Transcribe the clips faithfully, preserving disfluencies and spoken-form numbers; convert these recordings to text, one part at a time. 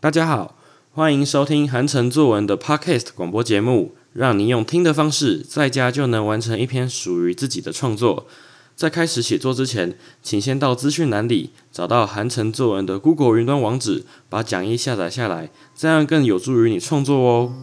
大家好，欢迎收听韩城作文的 Podcast 广播节目，让您用听的方式，在家就能完成一篇属于自己的创作。在开始写作之前，请先到资讯栏里找到韩城作文的 Google 云端网址，把讲义下载下来，这样更有助于你创作哦。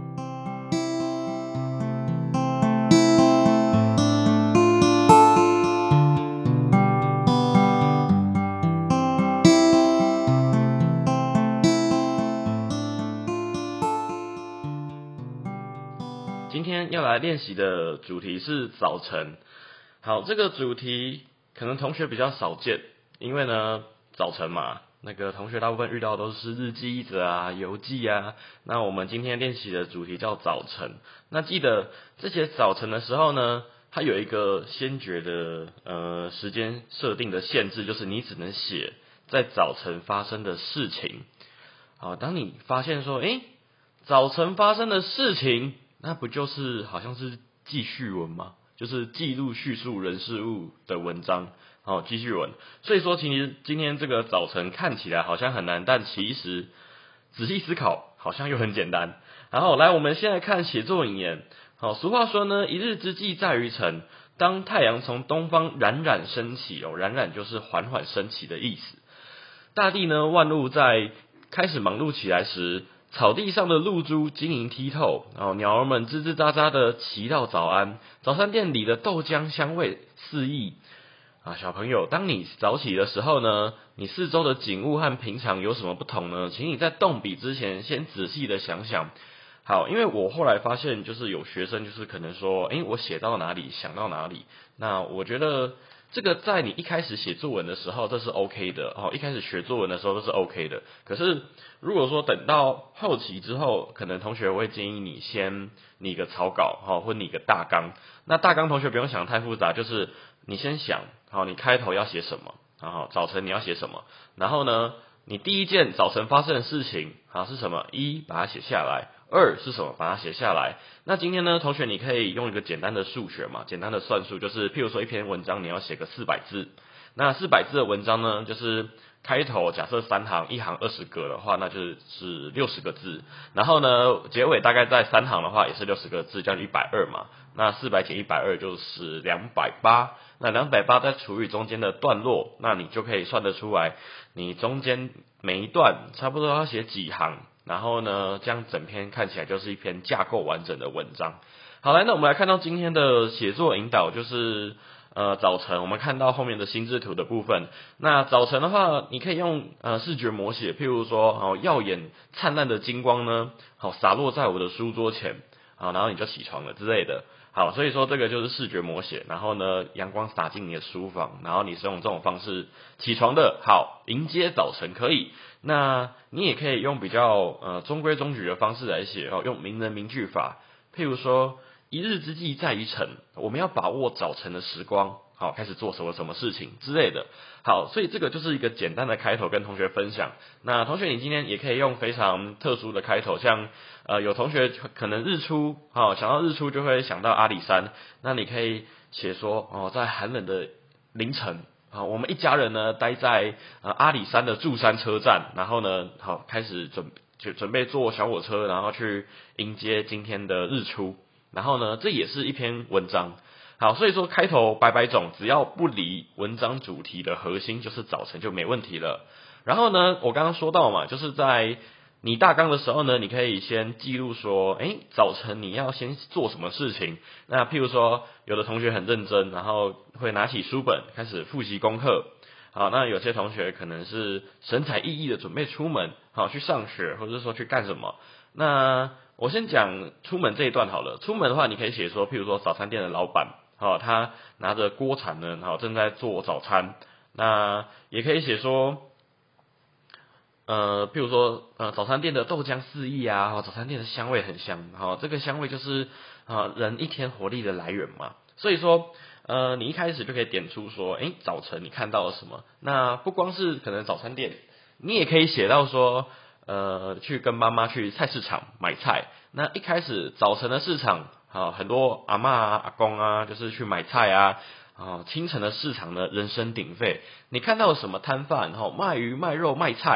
今天要来练习的主题是早晨。好，这个主题可能同学比较少见，因为呢，早晨嘛，那个同学大部分遇到的都是日记者啊、游记啊。那我们今天练习的主题叫早晨。那记得这些早晨的时候呢，它有一个先决的呃时间设定的限制，就是你只能写在早晨发生的事情。好，当你发现说，诶，早晨发生的事情。那不就是好像是记叙文吗？就是记录叙述人事物的文章，哦，记叙文。所以说，其实今天这个早晨看起来好像很难，但其实仔细思考好像又很简单。然后来，我们先来看写作引言。好，俗话说呢，一日之计在于晨。当太阳从东方冉冉升起，哦，冉冉就是缓缓升起的意思。大地呢，万物在开始忙碌起来时。草地上的露珠晶莹剔透，哦，鸟儿们吱吱喳喳的祈祷早安。早餐店里的豆浆香味四溢啊，小朋友，当你早起的时候呢，你四周的景物和平常有什么不同呢？请你在动笔之前先仔细的想想。好，因为我后来发现，就是有学生就是可能说，诶，我写到哪里想到哪里。那我觉得这个在你一开始写作文的时候，这是 OK 的哦。一开始学作文的时候都是 OK 的。可是如果说等到后期之后，可能同学会建议你先拟个草稿哈，或拟个大纲。那大纲同学不用想太复杂，就是你先想好你开头要写什么，然后早晨你要写什么，然后呢，你第一件早晨发生的事情好是什么？一把它写下来。二是什么？把它写下来。那今天呢，同学你可以用一个简单的数学嘛，简单的算术，就是譬如说一篇文章你要写个四百字，那四百字的文章呢，就是开头假设三行，一行二十个的话，那就是是六十个字。然后呢，结尾大概在三行的话，也是六十个字，叫一百二嘛。那四百减一百二就是两百八。那两百八再除以中间的段落，那你就可以算得出来，你中间每一段差不多要写几行。然后呢，这样整篇看起来就是一篇架构完整的文章。好来，那我们来看到今天的写作引导，就是呃早晨，我们看到后面的心智图的部分。那早晨的话，你可以用呃视觉模写，譬如说，哦，耀眼灿烂的金光呢，好洒落在我的书桌前，好，然后你就起床了之类的。好，所以说这个就是视觉模写。然后呢，阳光洒进你的书房，然后你是用这种方式起床的。好，迎接早晨可以。那你也可以用比较呃中规中矩的方式来写哦，用名人名句法，譬如说一日之计在于晨，我们要把握早晨的时光，好，开始做什么什么事情之类的。好，所以这个就是一个简单的开头跟同学分享。那同学你今天也可以用非常特殊的开头，像呃有同学可能日出，好，想到日出就会想到阿里山，那你可以写说哦，在寒冷的凌晨。好，我们一家人呢待在呃阿里山的柱山车站，然后呢，好开始准就准备坐小火车，然后去迎接今天的日出。然后呢，这也是一篇文章。好，所以说开头百百种，只要不离文章主题的核心，就是早晨就没问题了。然后呢，我刚刚说到嘛，就是在你大纲的时候呢，你可以先记录说，诶，早晨你要先做什么事情。那譬如说，有的同学很认真，然后会拿起书本开始复习功课。好，那有些同学可能是神采奕奕的准备出门，好去上学，或者说去干什么。那我先讲出门这一段好了。出门的话，你可以写说，譬如说早餐店的老板，好，他拿着锅铲呢，好正在做早餐。那也可以写说。呃，譬如说，呃，早餐店的豆浆四溢啊，早餐店的香味很香，好，这个香味就是啊人一天活力的来源嘛。所以说，呃，你一开始就可以点出说，诶，早晨你看到了什么？那不光是可能早餐店，你也可以写到说，呃，去跟妈妈去菜市场买菜。那一开始早晨的市场，好，很多阿嬷啊、阿公啊，就是去买菜啊。啊，清晨的市场呢，人声鼎沸。你看到什么摊贩？哈，卖鱼、卖肉、卖菜，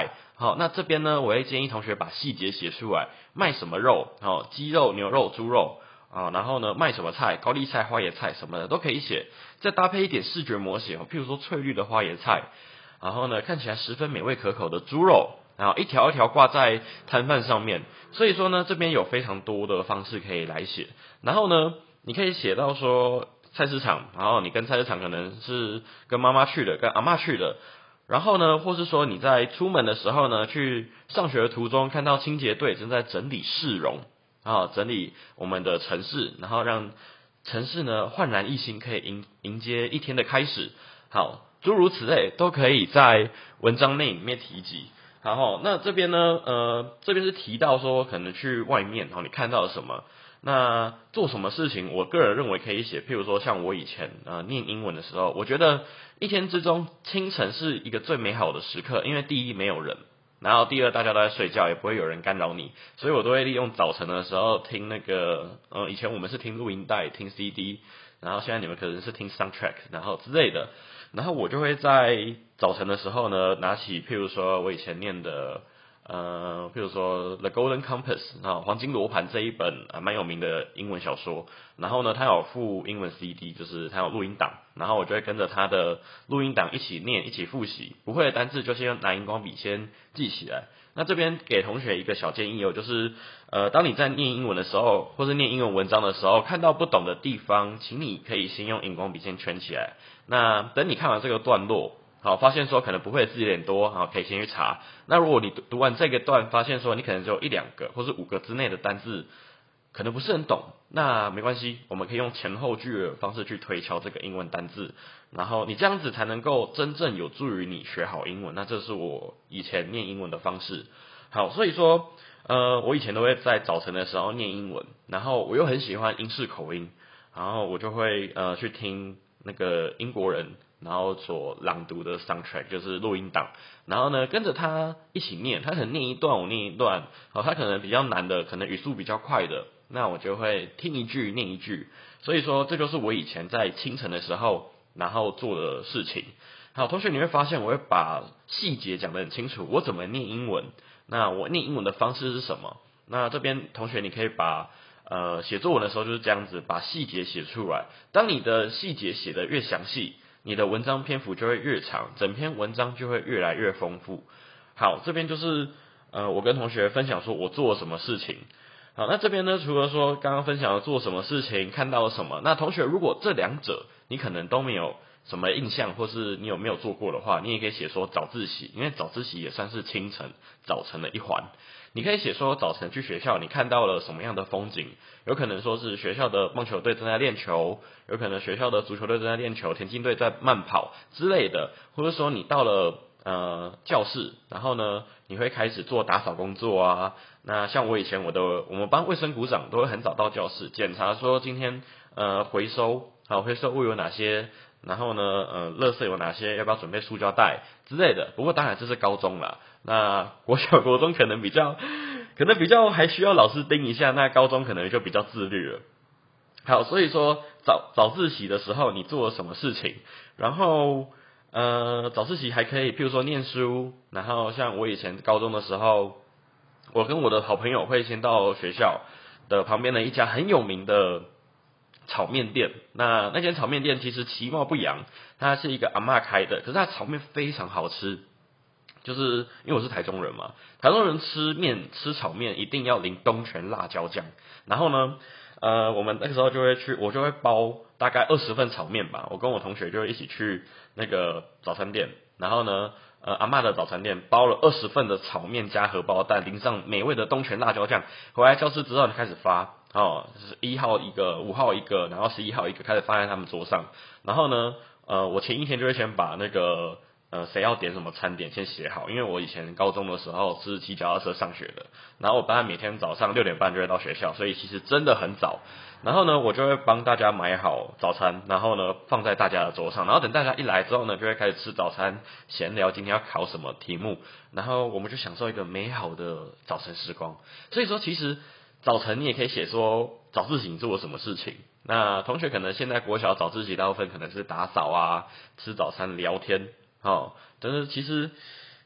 好，那这边呢，我会建议同学把细节写出来，卖什么肉，好，鸡肉、牛肉、猪肉。啊，然后呢，卖什么菜，高丽菜、花椰菜什么的都可以写，再搭配一点视觉模型，譬如说翠绿的花椰菜，然后呢，看起来十分美味可口的猪肉，然后一条一条挂在摊贩上面。所以说呢，这边有非常多的方式可以来写。然后呢，你可以写到说菜市场，然后你跟菜市场可能是跟妈妈去的，跟阿嬷去的。然后呢，或是说你在出门的时候呢，去上学的途中看到清洁队正在整理市容。啊，整理我们的城市，然后让城市呢焕然一新，可以迎迎接一天的开始。好，诸如此类都可以在文章内里面提及。然后那这边呢，呃，这边是提到说可能去外面，然后你看到了什么，那做什么事情，我个人认为可以写。譬如说像我以前呃念英文的时候，我觉得一天之中清晨是一个最美好的时刻，因为第一没有人。然后第二，大家都在睡觉，也不会有人干扰你，所以我都会利用早晨的时候听那个，呃，以前我们是听录音带、听 C D， 然后现在你们可能是听 soundtrack， 然后之类的，然后我就会在早晨的时候呢，拿起譬如说我以前念的，呃，譬如说 The Golden Compass 啊，黄金罗盘这一本啊蛮有名的英文小说，然后呢，它有附英文 C D， 就是它有录音档，然后我就会跟着它的录音档一起念，一起复习，不会的单字就先拿荧光笔先记起来。那这边给同学一个小建议哦，就是呃，当你在念英文的时候，或是念英文文章的时候，看到不懂的地方，请你可以先用荧光笔先圈起来。那等你看完这个段落，好，发现说可能不会字有点多，好，可以先去查。那如果你读完这个段，发现说你可能只有一两个或是五个之内的单字，可能不是很懂，那没关系，我们可以用前后句的方式去推敲这个英文单字，然后你这样子才能够真正有助于你学好英文。那这是我以前念英文的方式。好，所以说，呃，我以前都会在早晨的时候念英文，然后我又很喜欢英式口音，然后我就会呃去听那个英国人然后所朗读的 soundtrack 就是录音档，然后呢跟着他一起念，他可能念一段我念一段，好，他可能比较难的，可能语速比较快的，那我就会听一句念一句。所以说这就是我以前在清晨的时候然后做的事情。好，同学你会发现我会把细节讲得很清楚，我怎么念英文，那我念英文的方式是什么。那这边同学你可以把呃写作文的时候就是这样子，把细节写出来。当你的细节写得越详细，你的文章篇幅就会越长，整篇文章就会越来越丰富。好，这边就是呃我跟同学分享说我做了什么事情。好，那这边呢，除了说刚刚分享的做什么事情，看到了什么，那同学如果这两者你可能都没有什么印象，或是你有没有做过的话，你也可以写说早自习，因为早自习也算是清晨早晨的一环。你可以写说早晨去学校你看到了什么样的风景，有可能说是学校的棒球队正在练球，有可能学校的足球队正在练球，田径队在慢跑之类的，或者说你到了呃教室，然后呢你会开始做打扫工作啊。那像我以前我的我们班卫生股长都会很早到教室检查说今天呃回收好回收物有哪些，然后呢呃垃圾有哪些，要不要准备塑胶袋之类的。不过当然这是高中啦，那国小国中可能比较可能比较还需要老师盯一下，那高中可能就比较自律了。好，所以说早早自习的时候你做了什么事情，然后呃早自习还可以譬如说念书，然后像我以前高中的时候，我跟我的好朋友会先到学校的旁边的一家很有名的炒面店，那那间炒面店其实其貌不扬，它是一个阿嬷开的，可是它炒面非常好吃。就是因为我是台中人嘛，台中人吃面吃炒面一定要淋东泉辣椒酱，然后呢呃我们那个时候就会去，我就会包大概二十份炒面吧，我跟我同学就会一起去那个早餐店，然后呢呃阿嬷的早餐店包了二十份的炒面加荷包蛋，淋上美味的东泉辣椒酱，回来教室之后就开始发哦，就是一号一个，五号一个，然后十一号一个，开始放在他们桌上。然后呢呃我前一天就会先把那个呃，谁要点什么餐点先写好，因为我以前高中的时候是骑脚踏车上学的，然后我班每天早上六点半就会到学校，所以其实真的很早。然后呢，我就会帮大家买好早餐，然后呢放在大家的桌上，然后等大家一来之后呢，就会开始吃早餐，闲聊今天要考什么题目，然后我们就享受一个美好的早晨时光。所以说，其实早晨你也可以写说早自习你做了什么事情。那同学可能现在国小早自习大部分可能是打扫啊、吃早餐、聊天。好，但是其实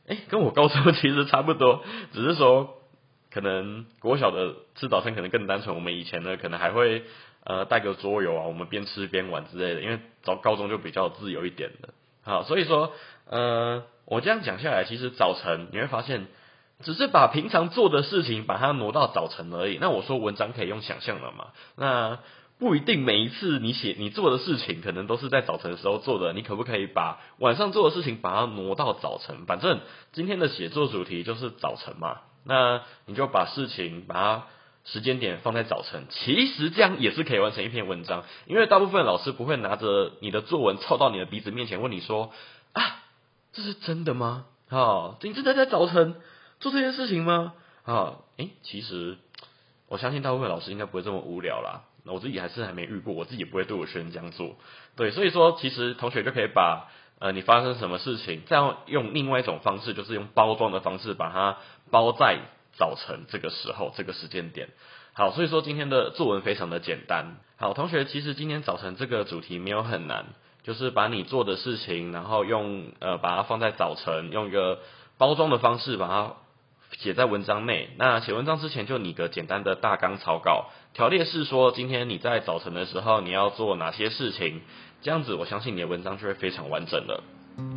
哎，跟我高中其实差不多，只是说可能国小的吃早餐可能更单纯，我们以前呢可能还会呃带个桌游啊，我们边吃边玩之类的，因为早高中就比较自由一点的。好，所以说呃我这样讲下来，其实早晨你会发现，只是把平常做的事情把它挪到早晨而已。那我说文章可以用想象的嘛，那不一定每一次你写你做的事情可能都是在早晨的时候做的，你可不可以把晚上做的事情把它挪到早晨？反正今天的写作主题就是早晨嘛，那你就把事情把它时间点放在早晨，其实这样也是可以完成一篇文章，因为大部分老师不会拿着你的作文凑到你的鼻子面前问你说啊，这是真的吗？好，你真的在早晨做这件事情吗？啊，诶，其实我相信大部分老师应该不会这么无聊啦。我自己还是还没遇过，我自己也不会对我学生这样做。对，所以说其实同学就可以把呃你发生什么事情，这样用另外一种方式，就是用包装的方式把它包在早晨这个时候这个时间点。好，所以说今天的作文非常的简单。好，同学，其实今天早晨这个主题没有很难，就是把你做的事情，然后用呃把它放在早晨，用一个包装的方式把它写在文章内。那写文章之前就拟个简单的大纲草稿，条列是说今天你在早晨的时候你要做哪些事情，这样子我相信你的文章就会非常完整了。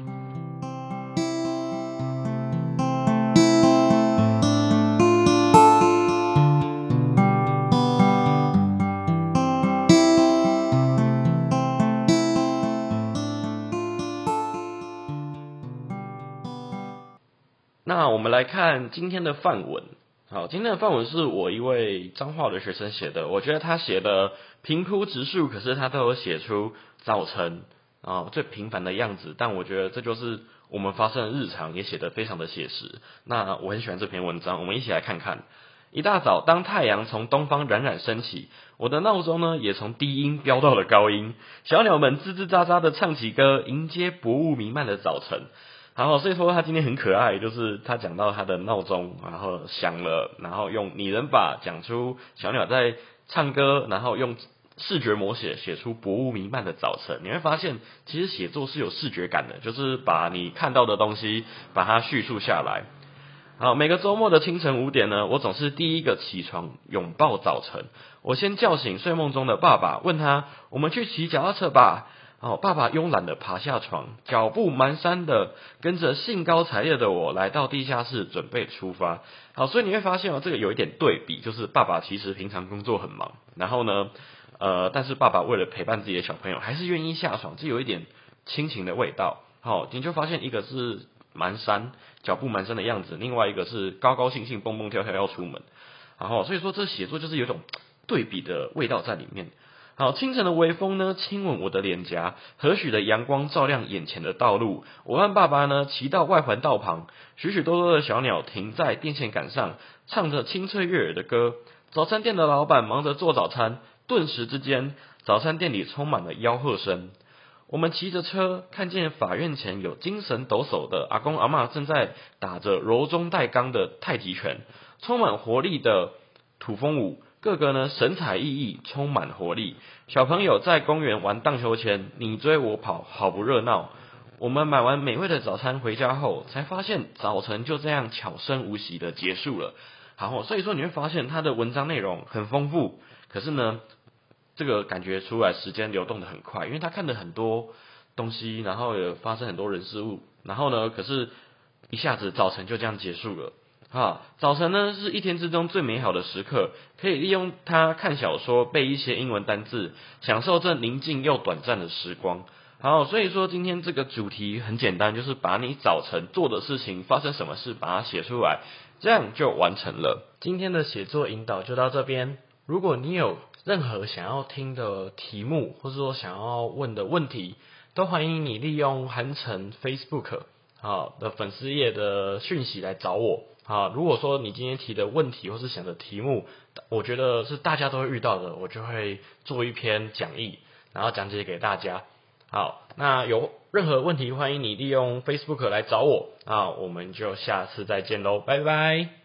那我们来看今天的范文。好，今天的范文是我一位彰化的学生写的，我觉得他写的平铺直述，可是他都有写出早晨啊最平凡的样子，但我觉得这就是我们发生的日常，也写得非常的写实。那我很喜欢这篇文章，我们一起来看看。一大早，当太阳从东方冉冉升起，我的闹钟呢也从低音飙到了高音，小鸟们吱吱喳喳的唱起歌，迎接薄雾弥漫的早晨。然后所以说他今天很可爱，就是他讲到他的闹钟然后响了，然后用拟人法讲出小鸟在唱歌，然后用视觉模写写出薄雾弥漫的早晨。你会发现其实写作是有视觉感的，就是把你看到的东西把它叙述下来。好，每个周末的清晨五点呢，我总是第一个起床拥抱早晨。我先叫醒睡梦中的爸爸，问他我们去骑脚踏车吧。哦，爸爸慵懒的爬下床，脚步蹒跚的跟着兴高采烈的我来到地下室准备出发。好，所以你会发现哦，这个有一点对比，就是爸爸其实平常工作很忙，然后呢呃但是爸爸为了陪伴自己的小朋友还是愿意下床，这有一点亲情的味道。好，你就发现一个是蹒跚脚步蹒跚的样子，另外一个是高高兴兴蹦蹦跳跳要出门。然后所以说这写作就是有一种对比的味道在里面。好，清晨的微风呢亲吻我的脸颊，和煦的阳光照亮眼前的道路。我和爸爸呢骑到外环道旁，许许多多的小鸟停在电线杆上，唱着清脆悦耳的歌。早餐店的老板忙着做早餐，顿时之间，早餐店里充满了吆喝声。我们骑着车，看见法院前有精神抖擞的阿公阿嬷正在打着柔中带刚的太极拳，充满活力的土风舞。个个呢神采奕奕，充满活力。小朋友在公园玩荡秋千，你追我跑，好不热闹。我们买完美味的早餐回家后，才发现早晨就这样悄声无息的结束了。好，所以说你会发现他的文章内容很丰富，可是呢，这个感觉出来时间流动的很快，因为他看了很多东西，然后也发生很多人事物，然后呢，可是一下子早晨就这样结束了。啊，早晨呢是一天之中最美好的时刻，可以利用它看小说、背一些英文单字，享受这宁静又短暂的时光。好，所以说今天这个主题很简单，就是把你早晨做的事情、发生什么事，把它写出来，这样就完成了。今天的写作引导就到这边。如果你有任何想要听的题目，或者说想要问的问题，都欢迎你利用韩城 Facebook 好的粉丝页的讯息来找我。好，如果说你今天提的问题或是想的题目，我觉得是大家都会遇到的，我就会做一篇讲义，然后讲解给大家。好，那有任何问题，欢迎你利用 Facebook 来找我。啊，我们就下次再见喽，拜拜。